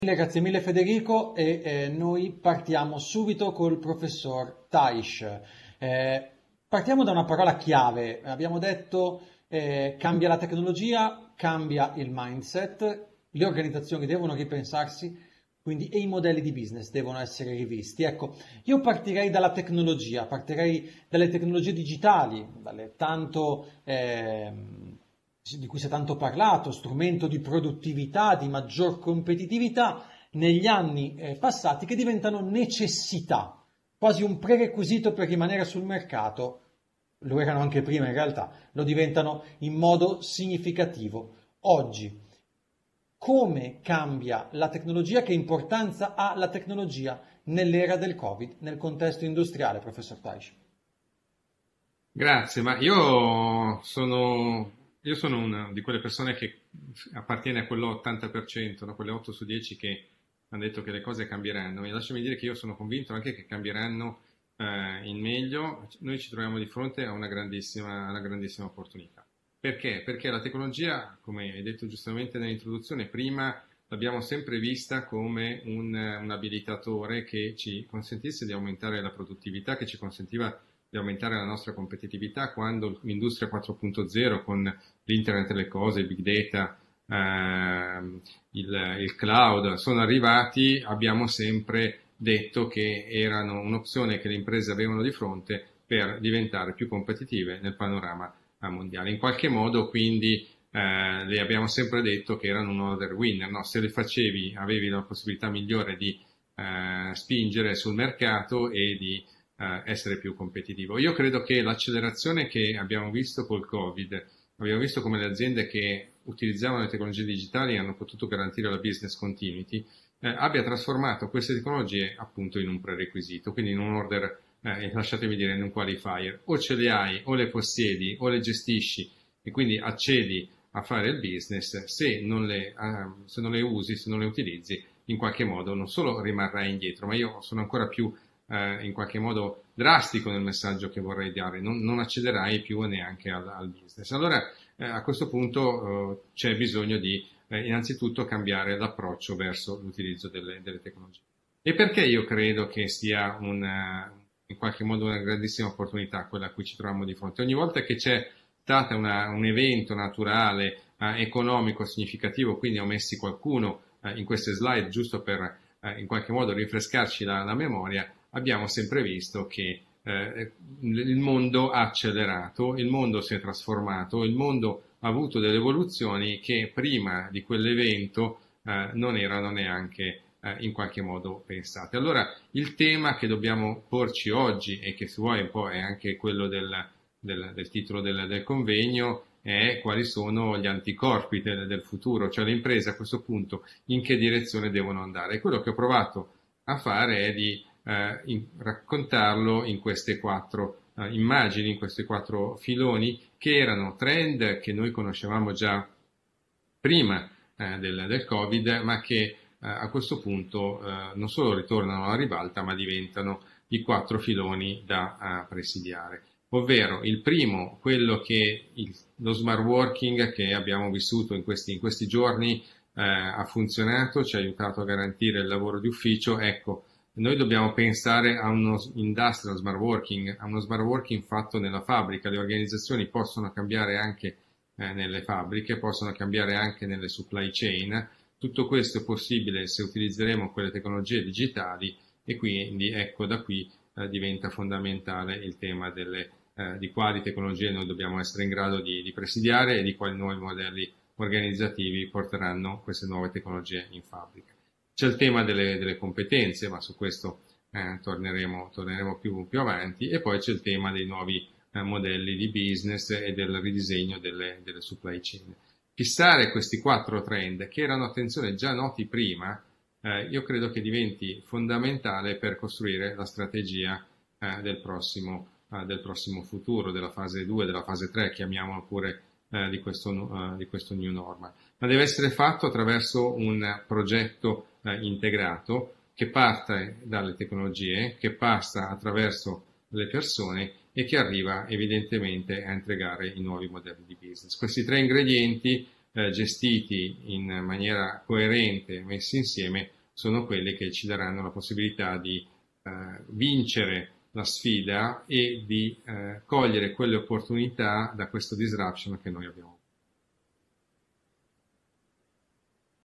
Grazie mille Federico e noi partiamo subito col professor Taish. Partiamo da una parola chiave, abbiamo detto cambia la tecnologia, cambia il mindset, le organizzazioni devono ripensarsi, quindi e i modelli di business devono essere rivisti. Ecco, io partirei dalla tecnologia, partirei dalle tecnologie digitali, dalle tanto di cui si è tanto parlato, strumento di produttività, di maggior competitività negli anni passati che diventano necessità, quasi un prerequisito per rimanere sul mercato, lo erano anche prima in realtà, lo diventano in modo significativo. Oggi, come cambia la tecnologia, che importanza ha la tecnologia nell'era del Covid, nel contesto industriale, professor Taish? Grazie, ma io sono una di quelle persone che appartiene a quell'80%, no? Quelle 8 su 10 che hanno detto che le cose cambieranno. E lasciami dire che io sono convinto anche che cambieranno in meglio. Noi ci troviamo di fronte a una grandissima opportunità. Perché? Perché la tecnologia, come hai detto giustamente nell'introduzione, prima l'abbiamo sempre vista come un abilitatore che ci consentisse di aumentare la produttività, che ci consentiva di aumentare la nostra competitività quando l'industria 4.0 con l'internet delle cose, il big data, il cloud sono arrivati, abbiamo sempre detto che erano un'opzione che le imprese avevano di fronte per diventare più competitive nel panorama mondiale. In qualche modo quindi le abbiamo sempre detto che erano un order winner, no? Se le facevi avevi la possibilità migliore di spingere sul mercato e di essere più competitivo. Io credo che l'accelerazione che abbiamo visto col Covid, abbiamo visto come le aziende che utilizzavano le tecnologie digitali hanno potuto garantire la business continuity, abbia trasformato queste tecnologie appunto in un prerequisito, quindi in un order, lasciatemi dire, in un qualifier. O ce le hai, o le possiedi, o le gestisci e quindi accedi a fare il business, se non le usi, se non le utilizzi, in qualche modo non solo rimarrai indietro, ma io sono ancora più in qualche modo drastico nel messaggio che vorrei dare, non accederai più neanche al business. Allora a questo punto c'è bisogno di innanzitutto cambiare l'approccio verso l'utilizzo delle tecnologie. E perché io credo che sia in qualche modo una grandissima opportunità quella a cui ci troviamo di fronte? Ogni volta che c'è stato un evento naturale, economico significativo, quindi ho messi qualcuno in queste slide giusto per in qualche modo rinfrescarci la memoria, abbiamo sempre visto che il mondo ha accelerato, il mondo si è trasformato, il mondo ha avuto delle evoluzioni che prima di quell'evento non erano neanche in qualche modo pensate. Allora il tema che dobbiamo porci oggi e che se vuoi un po' è anche quello del titolo del convegno è quali sono gli anticorpi del futuro, cioè le imprese a questo punto in che direzione devono andare. E quello che ho provato a fare è di raccontarlo in queste quattro immagini, in questi quattro filoni che erano trend che noi conoscevamo già prima del Covid, ma che a questo punto non solo ritornano alla ribalta, ma diventano i quattro filoni da presidiare. Ovvero il primo, quello che lo smart working che abbiamo vissuto in questi giorni ha funzionato, ci ha aiutato a garantire il lavoro di ufficio. Ecco, noi dobbiamo pensare a uno industrial smart working, a uno smart working fatto nella fabbrica. Le organizzazioni possono cambiare anche nelle fabbriche, possono cambiare anche nelle supply chain. Tutto questo è possibile se utilizzeremo quelle tecnologie digitali e quindi ecco da qui diventa fondamentale il tema di quali tecnologie noi dobbiamo essere in grado di presidiare e di quali nuovi modelli organizzativi porteranno queste nuove tecnologie in fabbrica. C'è il tema delle competenze, ma su questo torneremo più avanti, e poi c'è il tema dei nuovi modelli di business e del ridisegno delle supply chain. Fissare questi quattro trend, che erano, attenzione, già noti prima, io credo che diventi fondamentale per costruire la strategia del prossimo futuro, della fase 2, della fase 3, chiamiamolo pure di questo new normal. Ma deve essere fatto attraverso un progetto integrato che parte dalle tecnologie, che passa attraverso le persone e che arriva evidentemente a integrare i nuovi modelli di business. Questi tre ingredienti gestiti in maniera coerente, messi insieme, sono quelli che ci daranno la possibilità di vincere la sfida e di cogliere quelle opportunità da questo disruption che noi abbiamo.